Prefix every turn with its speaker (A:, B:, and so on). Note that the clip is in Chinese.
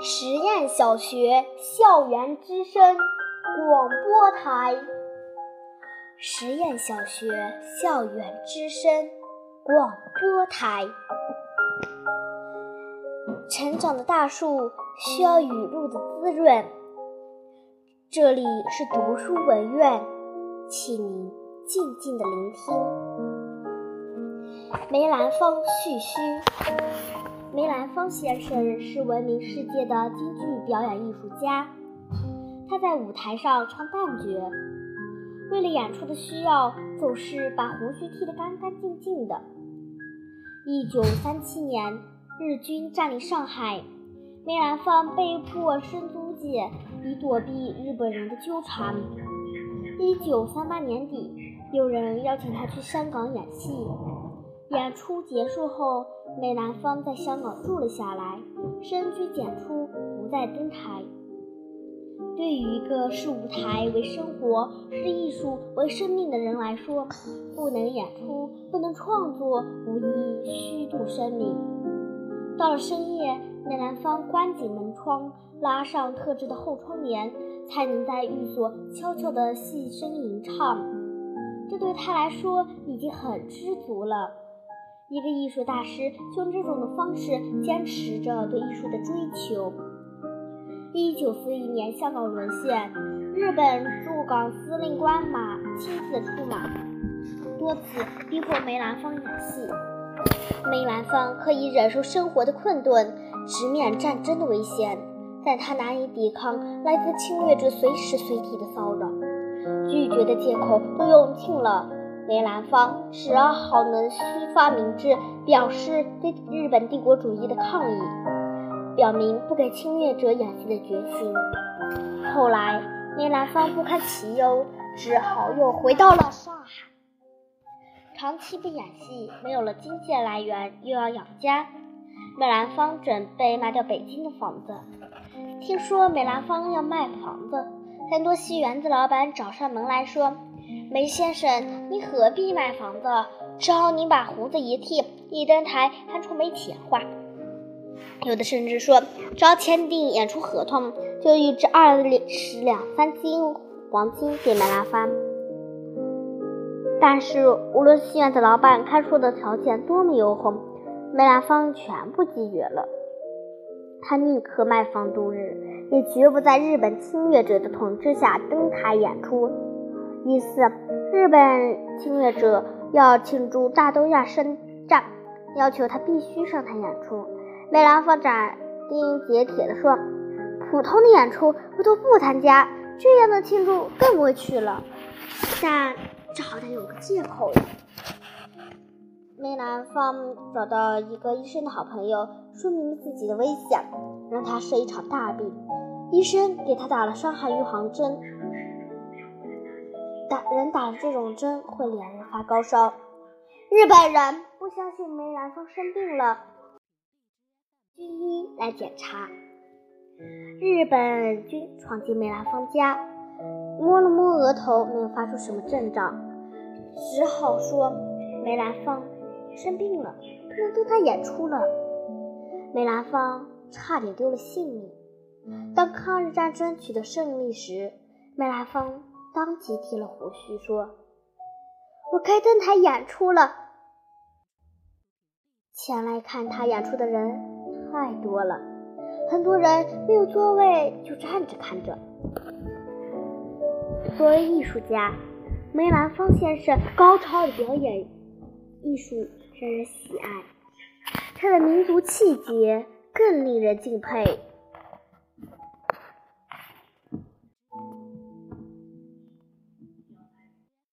A: 实验小学校园之声广播台，实验小学校园之声广播台。成长的大树需要雨露的滋润，这里是读书文苑，请您静静地聆听。梅兰芳序须。梅兰芳先生是闻名世界的京剧表演艺术家，他在舞台上唱旦角，为了演出的需要，总是把胡须剃得干干净净的。1937年，日军占领上海，梅兰芳被迫伸租界，以躲避日本人的纠缠。1938年底，有人邀请他去香港演戏。演出结束后，梅兰芳在香港住了下来，深居简出，不再登台。对于一个视舞台为生活、视艺术为生命的人来说，不能演出、不能创作，无疑虚度生命。到了深夜，梅兰芳关紧门窗，拉上特制的厚窗帘，才能在寓所悄悄地细声吟唱。这对他来说已经很知足了。一个艺术大师就用这种的方式坚持着对艺术的追求。1941年香港沦陷，日本驻港司令官马亲自出马，多次逼迫梅兰芳演戏。梅兰芳可以忍受生活的困顿，直面战争的危险，但他难以抵抗来自侵略者随时随地的骚扰，拒绝的借口都用尽了。梅兰芳只好能须发明志，表示对日本帝国主义的抗议，表明不给侵略者演戏的决心。后来梅兰芳不堪其忧，只好又回到了上海。长期不演戏，没有了经济来源，又要养家，梅兰芳准备卖掉北京的房子。听说梅兰芳要卖房子，很多戏园子老板找上门来说，梅先生，你何必卖房子？只要你把胡子一剃，一登台还出没钱花。有的甚至说，只要签订演出合同，就预支2-3斤黄金给梅兰芳。但是无论戏院的老板开出的条件多么优厚，梅兰芳全部拒绝了。他宁可卖房度日，也绝不在日本侵略者的统治下登台演出。一次，日本侵略者要庆祝大东亚圣战，要求他必须上台演出。梅兰芳斩钉截铁地说，普通的演出我都不参加，这样的庆祝更不会去了。但这好像有个借口了。梅兰芳找到一个医生的好朋友，说明了自己的危险，让他生一场大病。医生给他打了伤寒预防针，人打了这种针会连日发高烧。日本人不相信梅兰芳生病了，军医来检查。日本军闯进梅兰芳家，摸了摸额头，没有发出什么症状，只好说梅兰芳生病了，不能登台演出了。梅兰芳差点丢了性命。当抗日战争取得胜利时，梅兰芳当即剃了胡须，说，我该登台演出了。前来看他演出的人太多了，很多人没有座位就站着看着。作为艺术家，梅兰芳先生高超的表演艺术让人喜爱，他的民族气节更令人敬佩。